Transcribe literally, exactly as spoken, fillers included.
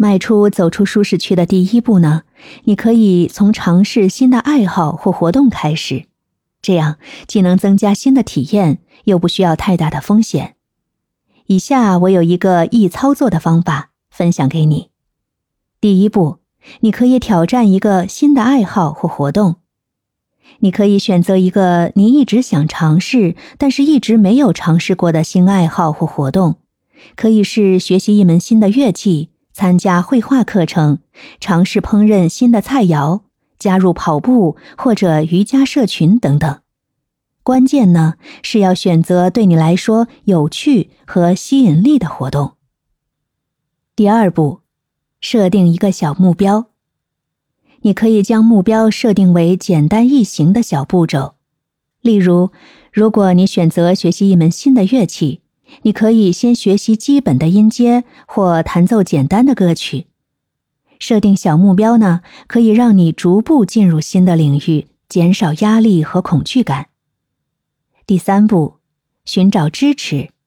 迈出走出舒适区的第一步呢，你可以从尝试新的爱好或活动开始，这样既能增加新的体验，又不需要太大的风险。以下我有一个易操作的方法分享给你。第一步，你可以挑战一个新的爱好或活动。你可以选择一个你一直想尝试，但是一直没有尝试过的新爱好或活动，可以是学习一门新的乐器，参加绘画课程，尝试烹饪新的菜肴，加入跑步或者瑜伽社群等等。关键呢，是要选择对你来说有趣和吸引力的活动。第二步，设定一个小目标。你可以将目标设定为简单易行的小步骤。例如，如果你选择学习一门新的乐器，你可以先学习基本的音阶或弹奏简单的歌曲。设定小目标呢，可以让你逐步进入新的领域，减少压力和恐惧感。第三步，寻找支持。